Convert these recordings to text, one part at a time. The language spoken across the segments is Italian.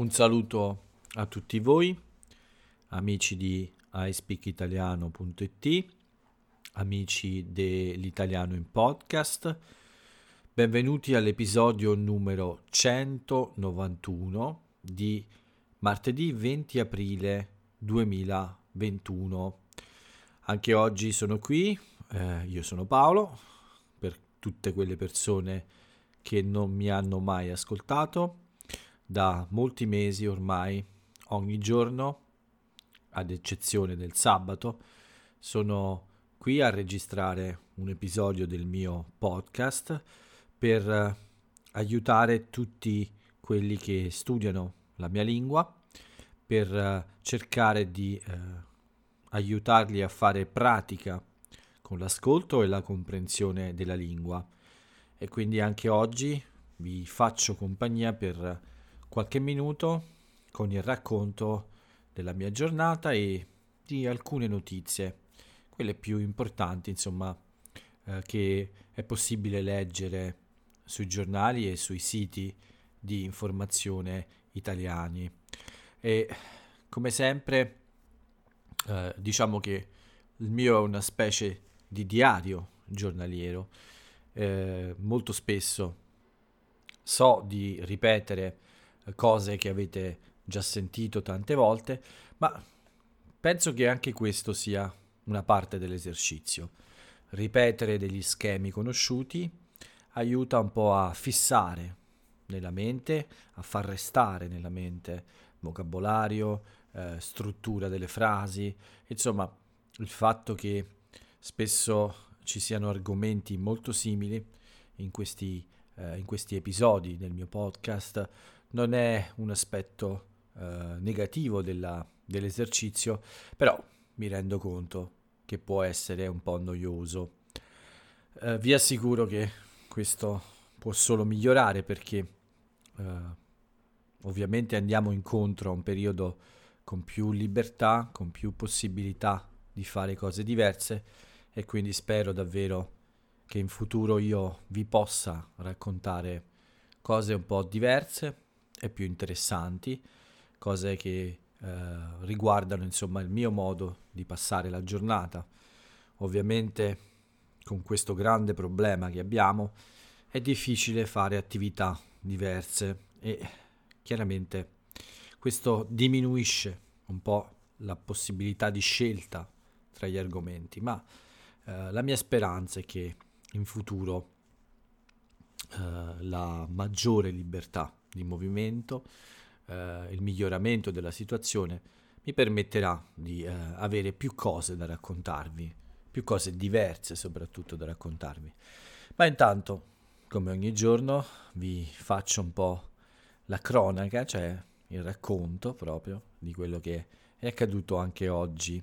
Un saluto a tutti voi, amici di iSpeakitaliano.it, amici dell'Italiano in Podcast. Benvenuti all'episodio numero 191 di martedì 20 aprile 2021. Anche oggi sono qui, io sono Paolo, per tutte quelle persone che non mi hanno mai ascoltato. Da molti mesi ormai, ogni giorno, ad eccezione del sabato, sono qui a registrare un episodio del mio podcast per aiutare tutti quelli che studiano la mia lingua, per cercare di aiutarli a fare pratica con l'ascolto e la comprensione della lingua. E quindi anche oggi vi faccio compagnia per qualche minuto con il racconto della mia giornata e di alcune notizie, quelle più importanti, insomma, che è possibile leggere sui giornali e sui siti di informazione italiani. E come sempre, diciamo che il mio è una specie di diario giornaliero. Molto spesso so di ripetere cose che avete già sentito tante volte, ma penso che anche questo sia una parte dell'esercizio. Ripetere degli schemi conosciuti aiuta un po' a fissare nella mente, a far restare nella mente vocabolario, struttura delle frasi, insomma, il fatto che spesso ci siano argomenti molto simili in questi episodi del mio podcast non è un aspetto negativo dell'esercizio, però mi rendo conto che può essere un po' noioso. Vi assicuro che questo può solo migliorare perché ovviamente andiamo incontro a un periodo con più libertà, con più possibilità di fare cose diverse e quindi spero davvero che in futuro io vi possa raccontare cose un po' diverse e più interessanti, cose che riguardano insomma il mio modo di passare la giornata. Ovviamente con questo grande problema che abbiamo è difficile fare attività diverse e chiaramente questo diminuisce un po' la possibilità di scelta tra gli argomenti, ma la mia speranza è che in futuro la maggiore libertà di movimento, il miglioramento della situazione mi permetterà di avere più cose da raccontarvi, più cose diverse soprattutto da raccontarvi. Ma intanto, come ogni giorno, vi faccio un po' la cronaca, cioè il racconto proprio di quello che è accaduto anche oggi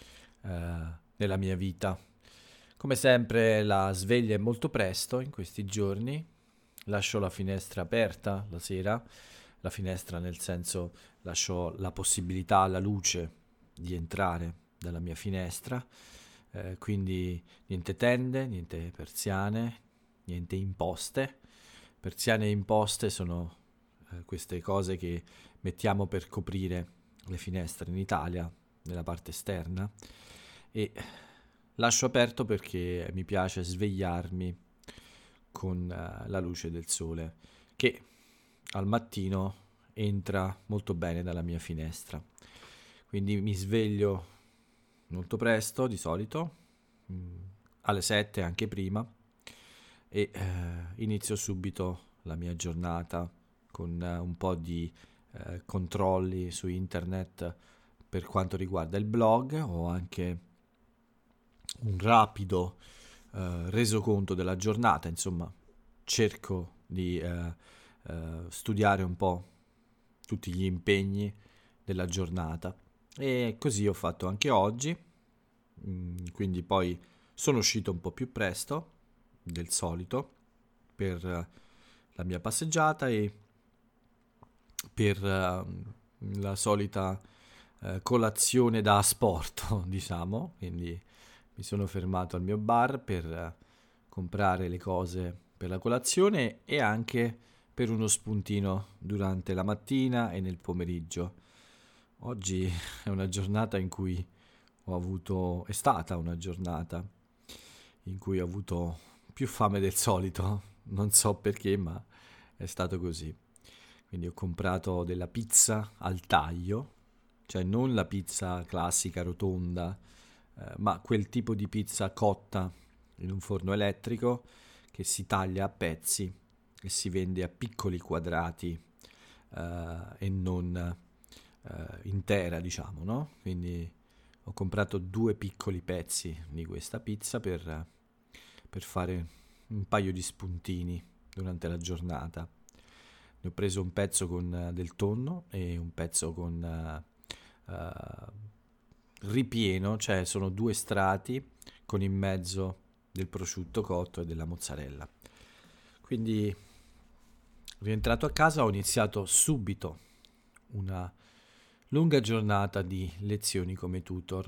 nella mia vita. Come sempre la sveglia è molto presto in questi giorni, lascio la finestra aperta la sera, la finestra nel senso lascio la possibilità alla luce di entrare dalla mia finestra, quindi niente tende, niente persiane, niente imposte. Persiane e imposte sono queste cose che mettiamo per coprire le finestre in Italia, nella parte esterna, e lascio aperto perché mi piace svegliarmi con la luce del sole che al mattino entra molto bene dalla mia finestra. Quindi mi sveglio molto presto di solito, alle 7 anche prima, e inizio subito la mia giornata con un po' di controlli su internet per quanto riguarda il blog o anche un rapido resoconto della giornata, insomma cerco di studiare un po' tutti gli impegni della giornata e così ho fatto anche oggi, quindi poi sono uscito un po' più presto del solito per la mia passeggiata e per la solita colazione da asporto, diciamo, quindi mi sono fermato al mio bar per comprare le cose per la colazione e anche per uno spuntino durante la mattina e nel pomeriggio. Oggi è una giornata in cui è stata una giornata in cui ho avuto più fame del solito, non so perché, ma è stato così. Quindi ho comprato della pizza al taglio, cioè non la pizza classica rotonda, ma quel tipo di pizza cotta in un forno elettrico che si taglia a pezzi e si vende a piccoli quadrati e non intera, diciamo, no? Quindi ho comprato 2 piccoli pezzi di questa pizza per fare un paio di spuntini durante la giornata. Ne ho preso un pezzo con del tonno e un pezzo con ripieno, cioè sono 2 strati con in mezzo del prosciutto cotto e della mozzarella. Quindi, rientrato a casa, ho iniziato subito una lunga giornata di lezioni come tutor.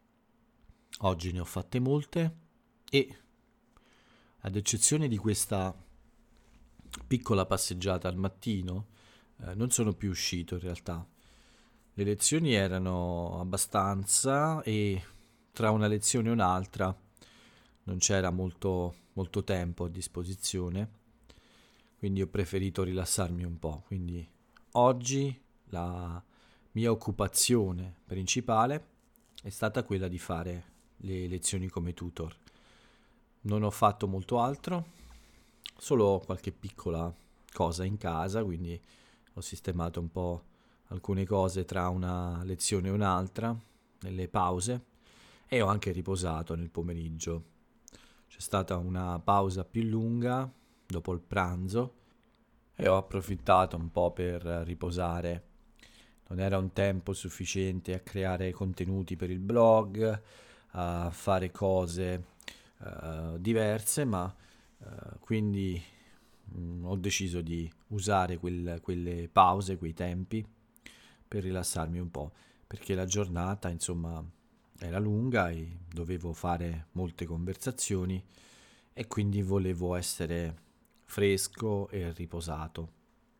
Oggi ne ho fatte molte e, ad eccezione di questa piccola passeggiata al mattino, non sono più uscito in realtà. Le lezioni erano abbastanza e tra una lezione e un'altra non c'era molto tempo a disposizione, quindi ho preferito rilassarmi un po'. Quindi oggi la mia occupazione principale è stata quella di fare le lezioni come tutor. Non ho fatto molto altro, solo qualche piccola cosa in casa, quindi ho sistemato un po' alcune cose tra una lezione e un'altra, nelle pause, e ho anche riposato nel pomeriggio. C'è stata una pausa più lunga dopo il pranzo e ho approfittato un po' per riposare. Non era un tempo sufficiente a creare contenuti per il blog, a fare cose diverse, ma quindi ho deciso di usare quelle pause, quei tempi per rilassarmi un po', perché la giornata, insomma, era lunga e dovevo fare molte conversazioni e quindi volevo essere fresco e riposato.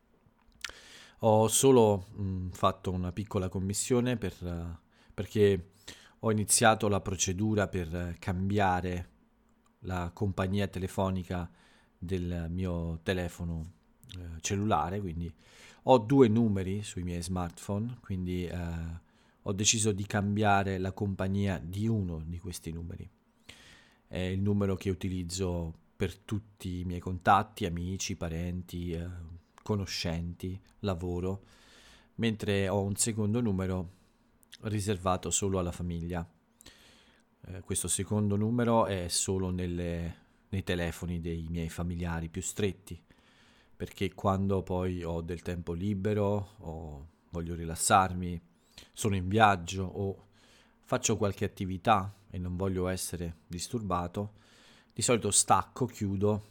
Ho solo fatto una piccola commissione perché ho iniziato la procedura per cambiare la compagnia telefonica del mio telefono cellulare, quindi ho 2 numeri sui miei smartphone, quindi ho deciso di cambiare la compagnia di uno di questi numeri. È il numero che utilizzo per tutti i miei contatti, amici, parenti, conoscenti, lavoro, mentre ho un secondo numero riservato solo alla famiglia. Questo secondo numero è solo nei telefoni dei miei familiari più stretti, perché quando poi ho del tempo libero o voglio rilassarmi, sono in viaggio o faccio qualche attività e non voglio essere disturbato, di solito stacco, chiudo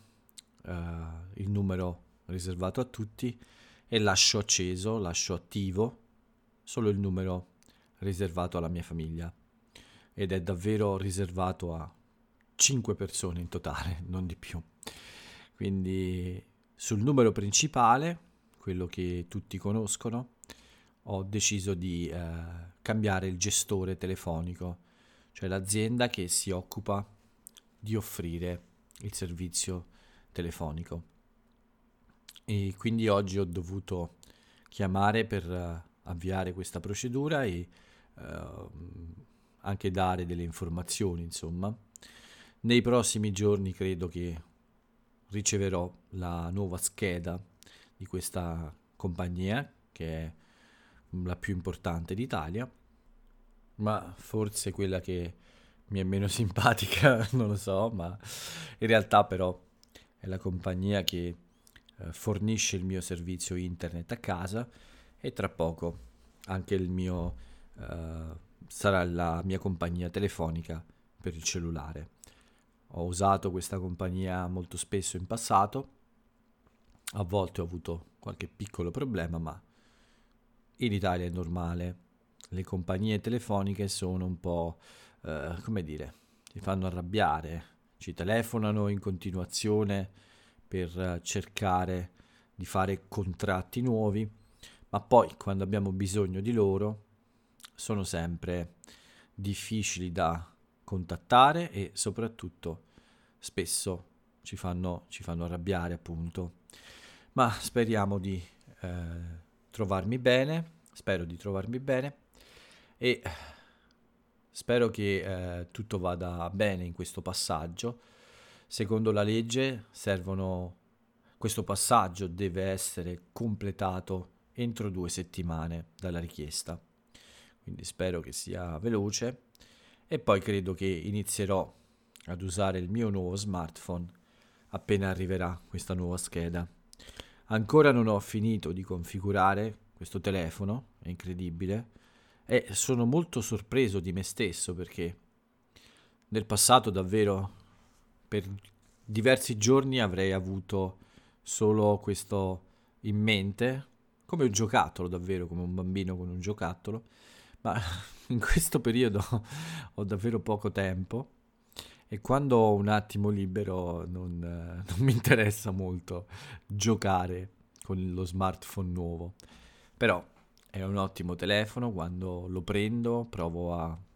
il numero riservato a tutti e lascio acceso, lascio attivo solo il numero riservato alla mia famiglia, ed è davvero riservato a 5 persone in totale, non di più. Quindi sul numero principale, quello che tutti conoscono, ho deciso di cambiare il gestore telefonico, cioè l'azienda che si occupa di offrire il servizio telefonico. E quindi oggi ho dovuto chiamare per avviare questa procedura e anche dare delle informazioni, insomma. Nei prossimi giorni credo che riceverò la nuova scheda di questa compagnia, che è la più importante d'Italia, ma forse quella che mi è meno simpatica, non lo so, ma in realtà però è la compagnia che fornisce il mio servizio internet a casa e tra poco anche sarà la mia compagnia telefonica per il cellulare. Ho usato questa compagnia molto spesso in passato, a volte ho avuto qualche piccolo problema, ma in Italia è normale. Le compagnie telefoniche sono un po', come dire, ti fanno arrabbiare, ci telefonano in continuazione per cercare di fare contratti nuovi, ma poi quando abbiamo bisogno di loro sono sempre difficili da contattare e soprattutto spesso ci fanno arrabbiare, appunto. Ma speriamo di trovarmi bene, spero di trovarmi bene e spero che tutto vada bene in questo passaggio. Secondo la legge questo passaggio deve essere completato entro 2 settimane dalla richiesta, quindi spero che sia veloce e poi credo che inizierò ad usare il mio nuovo smartphone appena arriverà questa nuova scheda. Ancora non ho finito di configurare questo telefono, è incredibile, e sono molto sorpreso di me stesso perché nel passato davvero per diversi giorni avrei avuto solo questo in mente, come un giocattolo davvero, come un bambino con un giocattolo, ma in questo periodo ho davvero poco tempo e quando ho un attimo libero non mi interessa molto giocare con lo smartphone nuovo. Però è un ottimo telefono, quando lo prendo provo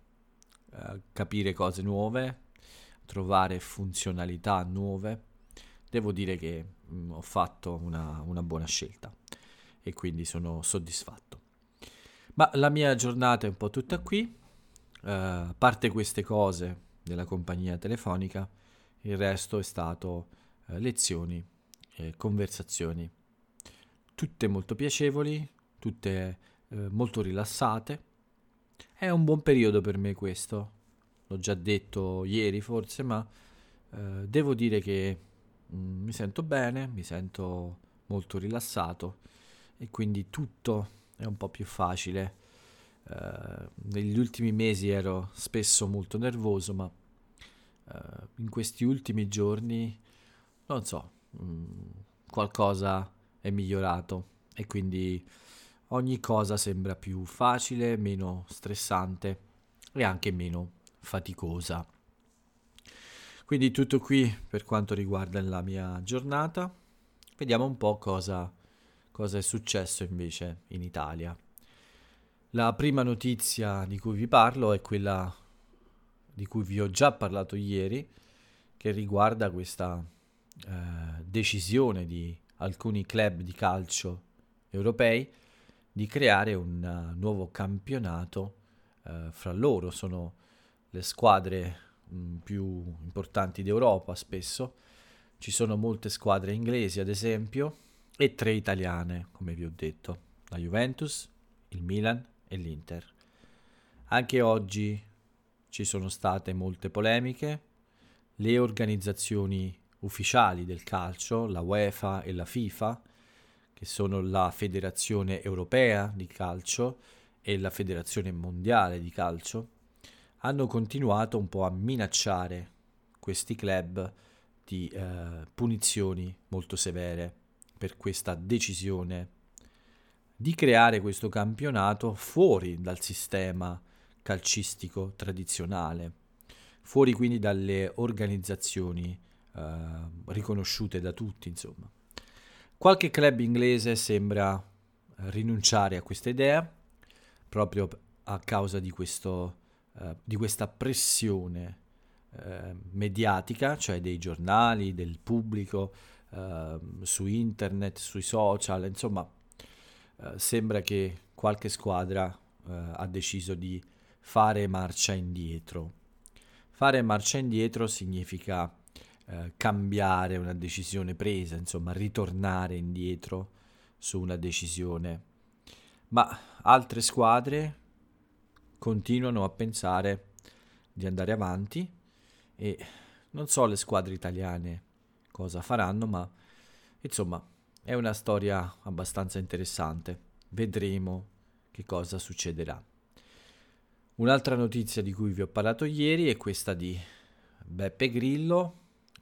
a capire cose nuove, trovare funzionalità nuove. Devo dire che ho fatto una buona scelta e quindi sono soddisfatto. Ma la mia giornata è un po' tutta qui, a parte queste cose della compagnia telefonica, il resto è stato lezioni e conversazioni, tutte molto piacevoli, tutte molto rilassate. È un buon periodo per me questo, l'ho già detto ieri forse, ma devo dire che mi sento bene, mi sento molto rilassato e quindi tutto è un po' più facile. Negli ultimi mesi ero spesso molto nervoso, ma in questi ultimi giorni, non so, qualcosa è migliorato e quindi ogni cosa sembra più facile, meno stressante e anche meno faticosa. Quindi tutto qui per quanto riguarda la mia giornata. Vediamo un po' cosa è successo invece in Italia. La prima notizia di cui vi parlo è quella di cui vi ho già parlato ieri, che riguarda questa decisione di alcuni club di calcio europei di creare un nuovo campionato fra loro. Sono le squadre più importanti d'Europa spesso. Ci sono molte squadre inglesi, ad esempio, e 3 italiane, come vi ho detto, la Juventus, il Milan e l'Inter. Anche oggi ci sono state molte polemiche. Le organizzazioni ufficiali del calcio, la UEFA e la FIFA, che sono la Federazione Europea di Calcio e la Federazione Mondiale di Calcio, hanno continuato un po' a minacciare questi club di punizioni molto severe per questa decisione di creare questo campionato fuori dal sistema calcistico tradizionale, fuori quindi dalle organizzazioni riconosciute da tutti, insomma. Qualche club inglese sembra rinunciare a questa idea proprio a causa di questa pressione mediatica, cioè dei giornali, del pubblico, su internet, sui social, insomma, sembra che qualche squadra ha deciso di fare marcia indietro. Fare marcia indietro significa cambiare una decisione presa, insomma, ritornare indietro su una decisione. Ma altre squadre continuano a pensare di andare avanti e non so le squadre italiane cosa faranno, ma insomma è una storia abbastanza interessante. Vedremo che cosa succederà. Un'altra notizia di cui vi ho parlato ieri è questa di Beppe Grillo,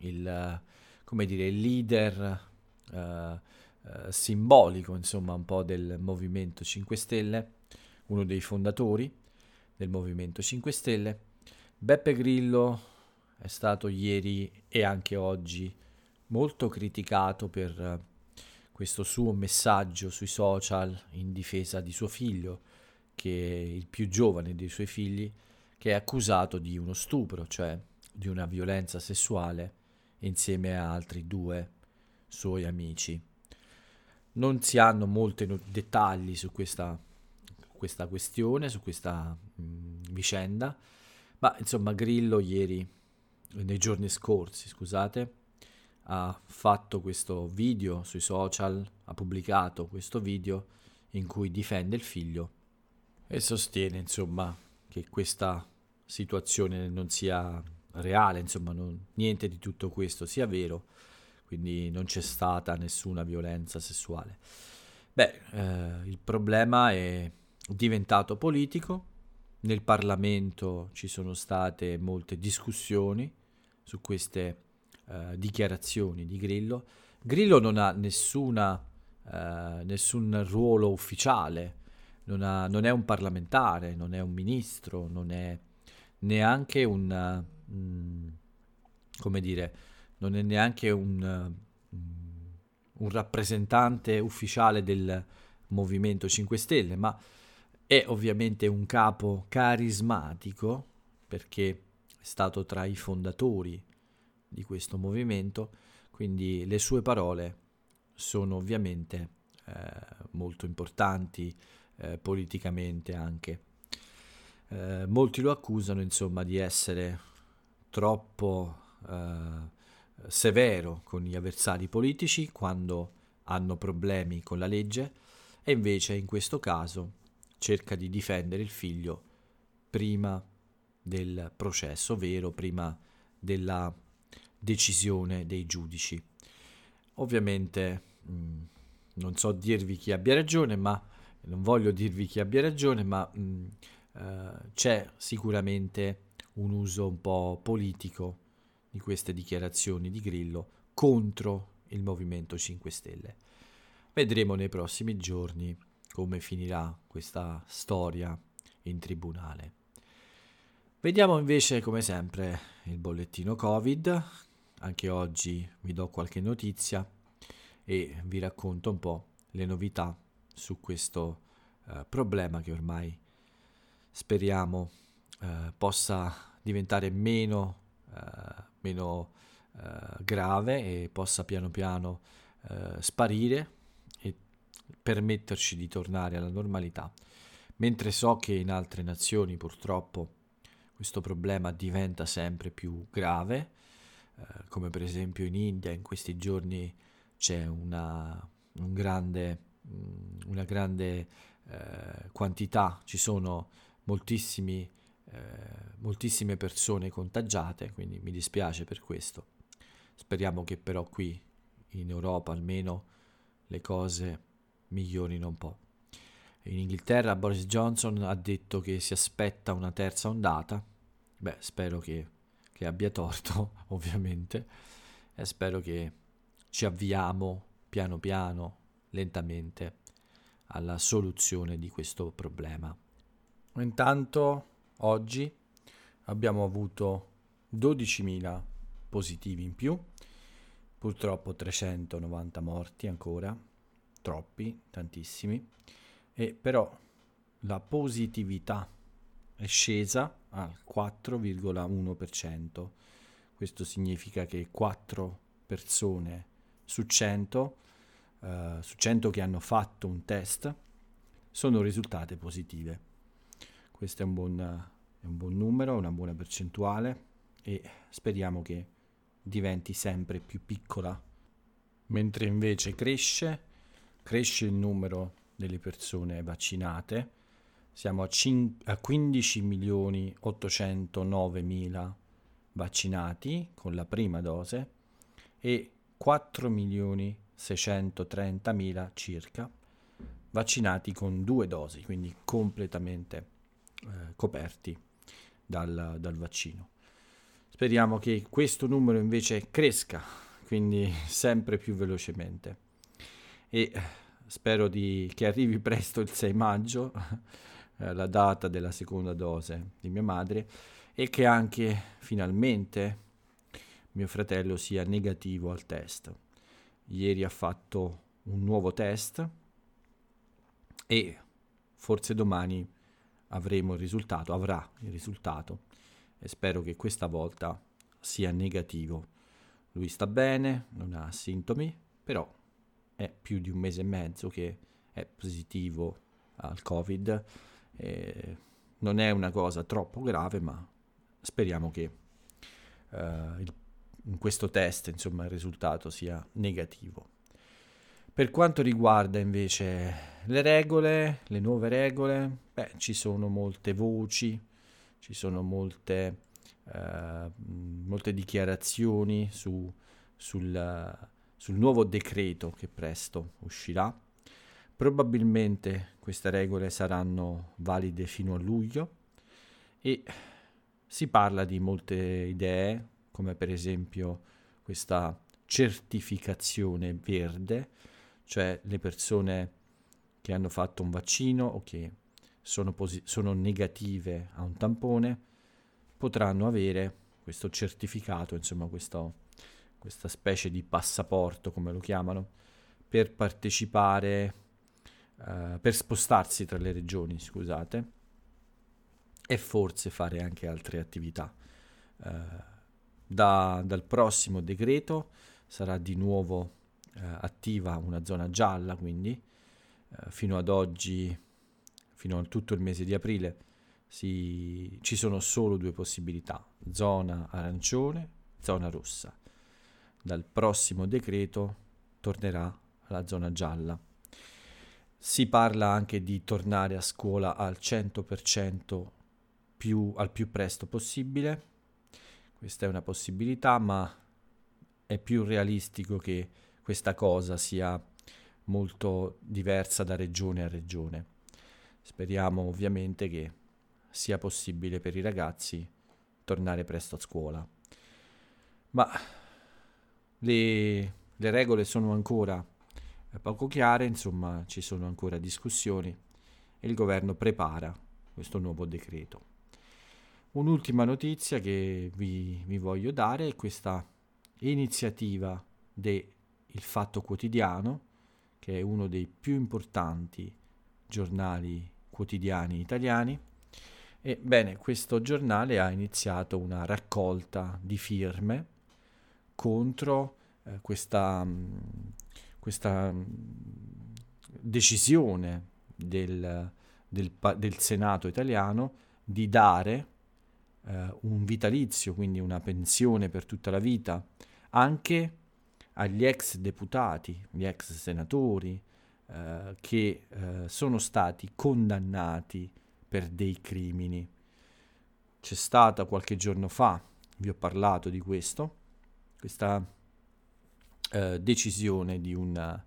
il leader simbolico, insomma, un po' del Movimento 5 Stelle, uno dei fondatori del Movimento 5 Stelle. Beppe Grillo è stato ieri e anche oggi molto criticato per questo suo messaggio sui social in difesa di suo figlio, che è il più giovane dei suoi figli, che è accusato di uno stupro, cioè di una violenza sessuale, insieme a altri due suoi amici. Non si hanno molti dettagli su questa questione, su questa vicenda, ma insomma Grillo ieri, nei giorni scorsi, scusate, ha fatto questo video sui social, ha pubblicato questo video in cui difende il figlio e sostiene insomma che questa situazione non sia reale, insomma niente di tutto questo sia vero, quindi non c'è stata nessuna violenza sessuale. Il problema è diventato politico, nel Parlamento ci sono state molte discussioni su queste dichiarazioni di Grillo. Grillo non ha nessun ruolo ufficiale, non è un parlamentare, non è un ministro, non è neanche come dire, non è neanche un rappresentante ufficiale del Movimento 5 Stelle, ma è ovviamente un capo carismatico perché è stato tra i fondatori di questo movimento, quindi le sue parole sono ovviamente molto importanti politicamente anche. Molti lo accusano insomma di essere troppo severo con gli avversari politici quando hanno problemi con la legge e invece in questo caso cerca di difendere il figlio prima del processo vero, prima della decisione dei giudici. Ovviamente non so dirvi chi abbia ragione, ma non voglio dirvi chi abbia ragione, ma c'è sicuramente un uso un po' politico di queste dichiarazioni di Grillo contro il Movimento 5 Stelle. Vedremo nei prossimi giorni come finirà questa storia in tribunale. Vediamo invece, come sempre, il bollettino Covid. Anche oggi vi do qualche notizia e vi racconto un po' le novità su questo problema che ormai speriamo possa diventare meno grave e possa piano piano sparire e permetterci di tornare alla normalità. Mentre so che in altre nazioni purtroppo questo problema diventa sempre più grave, come per esempio in India in questi giorni c'è una grande quantità, ci sono moltissime persone contagiate, quindi mi dispiace per questo. Speriamo che però qui in Europa almeno le cose migliorino un po'. In Inghilterra Boris Johnson ha detto che si aspetta una terza ondata. Spero che abbia torto, ovviamente, e spero che ci avviamo piano piano, lentamente, alla soluzione di questo problema. Intanto oggi abbiamo avuto 12.000 positivi in più, purtroppo 390 morti ancora, troppi, tantissimi, e però la positività è scesa al 4,1%. Questo significa che 4 persone su 100 che hanno fatto un test sono risultate positive. Questo è un buon numero, una buona percentuale e speriamo che diventi sempre più piccola. Mentre invece cresce il numero delle persone vaccinate. Siamo a 15.809.000 vaccinati con la prima dose e 4.630.000 circa vaccinati con 2 dosi, quindi completamente coperti dal vaccino. Speriamo che questo numero invece cresca, quindi sempre più velocemente, e spero che arrivi presto il 6 maggio, la data della seconda dose di mia madre, e che anche finalmente mio fratello sia negativo al test. Ieri ha fatto un nuovo test e forse domani avrà il risultato e spero che questa volta sia negativo. Lui sta bene, non ha sintomi, però è più di un mese e mezzo che è positivo al Covid. Non è una cosa troppo grave, ma speriamo che in questo test, insomma, il risultato sia negativo. Per quanto riguarda invece le nuove regole, ci sono molte voci, ci sono molte dichiarazioni sul nuovo decreto che presto uscirà. Probabilmente queste regole saranno valide fino a luglio e si parla di molte idee, come per esempio questa certificazione verde, cioè le persone che hanno fatto un vaccino o che sono negative a un tampone potranno avere questo certificato, insomma questa specie di passaporto, come lo chiamano, per partecipare, per spostarsi tra le regioni, scusate, e forse fare anche altre attività. Dal prossimo decreto sarà di nuovo attiva una zona gialla, quindi fino ad oggi, fino a tutto il mese di aprile, ci sono solo 2 possibilità: zona arancione, zona rossa. Dal prossimo decreto tornerà la zona gialla. Si parla anche di tornare a scuola al 100% al più presto possibile. Questa è una possibilità, ma è più realistico che questa cosa sia molto diversa da regione a regione. Speriamo ovviamente che sia possibile per i ragazzi tornare presto a scuola. Ma le regole sono ancora poco chiare, insomma ci sono ancora discussioni e il governo prepara questo nuovo decreto. Un'ultima notizia che vi voglio dare è questa iniziativa del Fatto Quotidiano, che è uno dei più importanti giornali quotidiani italiani. E bene, questo giornale ha iniziato una raccolta di firme contro questa decisione del Senato italiano di dare un vitalizio, quindi una pensione per tutta la vita, anche agli ex deputati, gli ex senatori che sono stati condannati per dei crimini. C'è stata qualche giorno fa, vi ho parlato di questa decisione di una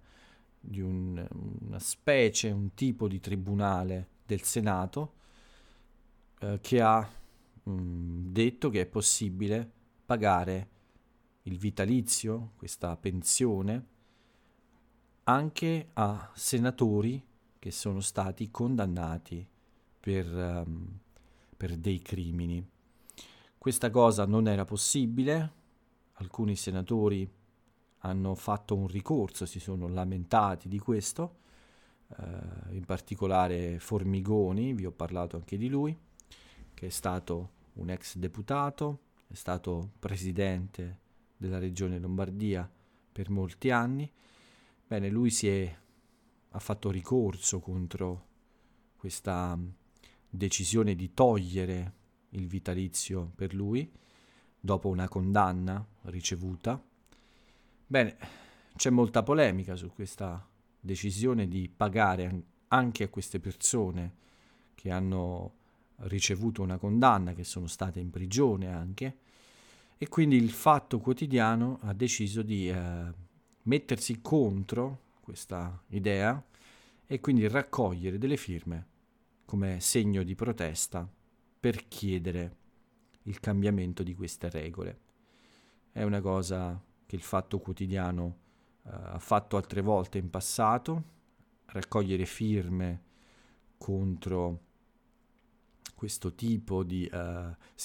specie, un tipo di tribunale del Senato che ha detto che è possibile pagare il vitalizio, questa pensione, anche a senatori che sono stati condannati per dei crimini. Questa cosa non era possibile, alcuni senatori hanno fatto un ricorso, si sono lamentati di questo, in particolare Formigoni, vi ho parlato anche di lui, che è stato un ex deputato, è stato presidente della regione Lombardia per molti anni. Bene, lui ha fatto ricorso contro questa decisione di togliere il vitalizio per lui dopo una condanna ricevuta. Bene, c'è molta polemica su questa decisione di pagare anche a queste persone che hanno ricevuto una condanna, che sono state in prigione anche, e quindi il Fatto Quotidiano ha deciso di mettersi contro questa idea e quindi raccogliere delle firme come segno di protesta per chiedere il cambiamento di queste regole. È una cosa che il Fatto Quotidiano ha fatto altre volte in passato, raccogliere firme contro questo tipo di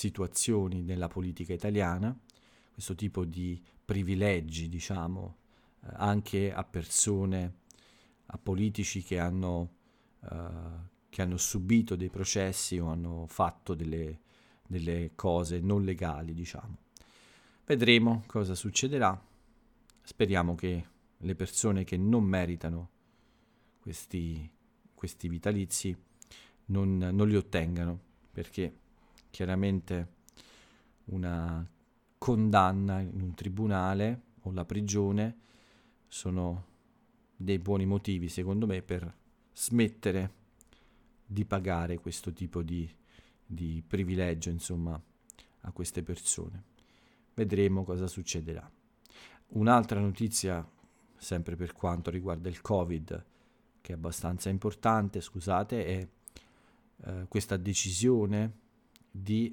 situazioni nella politica italiana, questo tipo di privilegi, diciamo, anche a persone, a politici che hanno subito dei processi o hanno fatto delle cose non legali, diciamo. Vedremo cosa succederà. Speriamo che le persone che non meritano questi vitalizi non li ottengano, perché chiaramente una condanna in un tribunale o la prigione sono dei buoni motivi, secondo me, per smettere di pagare questo tipo di privilegio, insomma, a queste persone. Vedremo cosa succederà. Un'altra notizia, sempre per quanto riguarda il Covid, che è abbastanza importante, scusate, è questa decisione di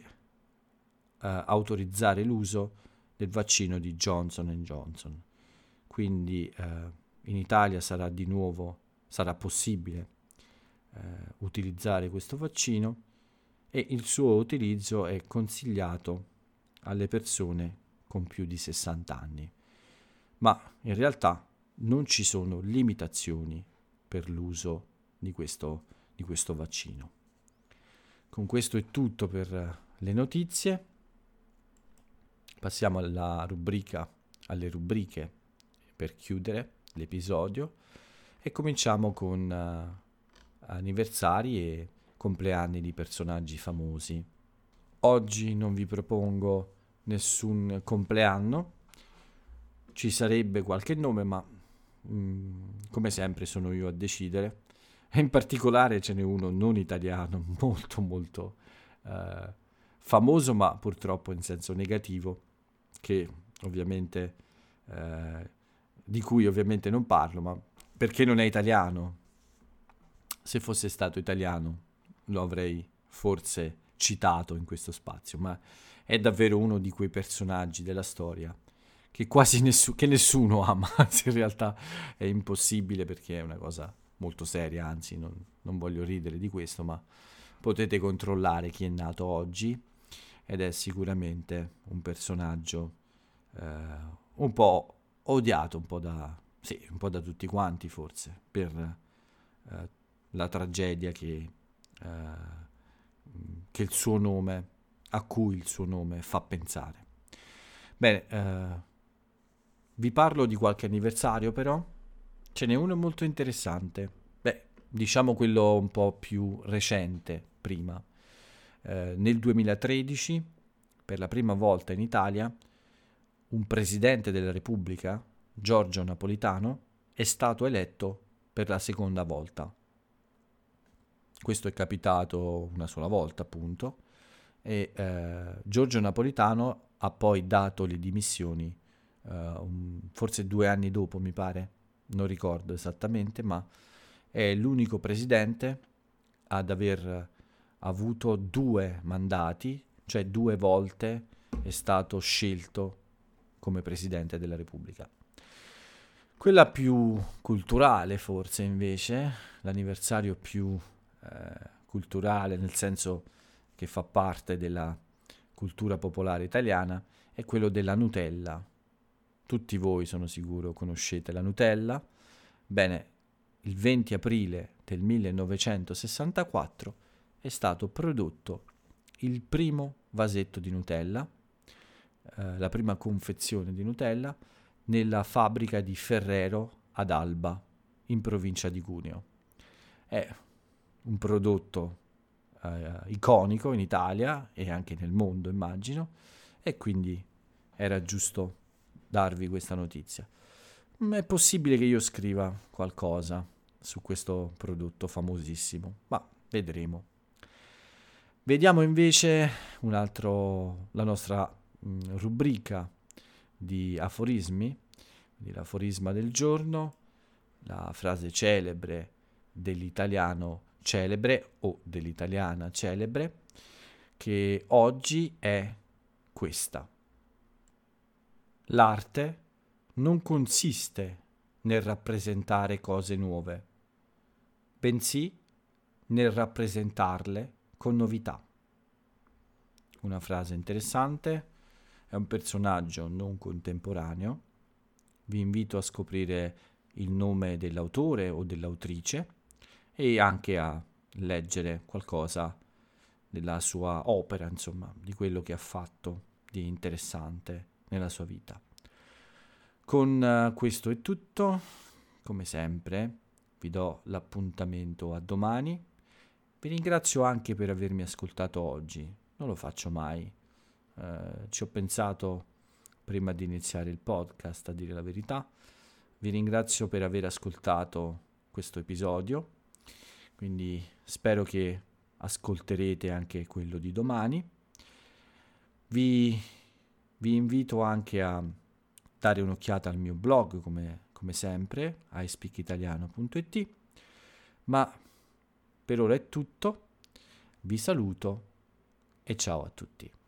autorizzare l'uso del vaccino di Johnson Johnson. Quindi in Italia sarà possibile utilizzare questo vaccino e il suo utilizzo è consigliato alle persone con più di 60 anni. Ma in realtà non ci sono limitazioni per l'uso di questo vaccino. Con questo è tutto per le notizie. Passiamo alle rubriche per chiudere l'episodio e cominciamo con anniversari e compleanni di personaggi famosi. Oggi non vi propongo nessun compleanno, ci sarebbe qualche nome, ma come sempre sono io a decidere. E in particolare ce n'è uno non italiano, molto molto famoso, ma purtroppo in senso negativo, che ovviamente di cui ovviamente non parlo, ma perché non è italiano. Se fosse stato italiano lo avrei forse citato in questo spazio, ma è davvero uno di quei personaggi della storia che quasi nessuno ama, anzi in realtà è impossibile perché è una cosa molto seria, anzi non voglio ridere di questo, ma potete controllare chi è nato oggi ed è sicuramente un personaggio un po' odiato, un po' da tutti quanti forse, per la tragedia che il suo nome, a cui il suo nome fa pensare. Bene, vi parlo di qualche anniversario però, ce n'è uno molto interessante, diciamo quello un po' più recente prima. Nel 2013, per la prima volta in Italia, un presidente della Repubblica, Giorgio Napolitano, è stato eletto per la seconda volta. Questo è capitato una sola volta, appunto, e Giorgio Napolitano ha poi dato le dimissioni forse 2 anni dopo, mi pare, non ricordo esattamente, ma è l'unico presidente ad aver avuto 2 mandati, cioè 2 volte è stato scelto come presidente della Repubblica. Quella più culturale forse invece, l'anniversario più culturale nel senso che fa parte della cultura popolare italiana, è quello della Nutella. Tutti voi, sono sicuro, conoscete la Nutella. Bene, il 20 aprile del 1964 è stato prodotto il primo vasetto di Nutella, la prima confezione di Nutella, nella fabbrica di Ferrero ad Alba, in provincia di Cuneo. È un prodotto iconico in Italia e anche nel mondo, immagino, e quindi era giusto darvi questa notizia. È possibile che io scriva qualcosa su questo prodotto famosissimo, ma vedremo. Vediamo invece la nostra rubrica di aforismi, l'aforisma del giorno, la frase celebre dell'italiano celebre o dell'italiana celebre, che oggi è questa. L'arte non consiste nel rappresentare cose nuove, bensì nel rappresentarle con novità. Una frase interessante, è un personaggio non contemporaneo, vi invito a scoprire il nome dell'autore o dell'autrice e anche a leggere qualcosa della sua opera, insomma, di quello che ha fatto di interessante nella sua vita. Con questo è tutto, come sempre vi do l'appuntamento a domani. Vi ringrazio anche per avermi ascoltato oggi, non lo faccio mai. Ci ho pensato prima di iniziare il podcast, a dire la verità. Vi ringrazio per aver ascoltato questo episodio, quindi spero che ascolterete anche quello di domani. Vi invito anche a dare un'occhiata al mio blog, come sempre, iSpeakitaliano.it, ma per ora è tutto, vi saluto e ciao a tutti.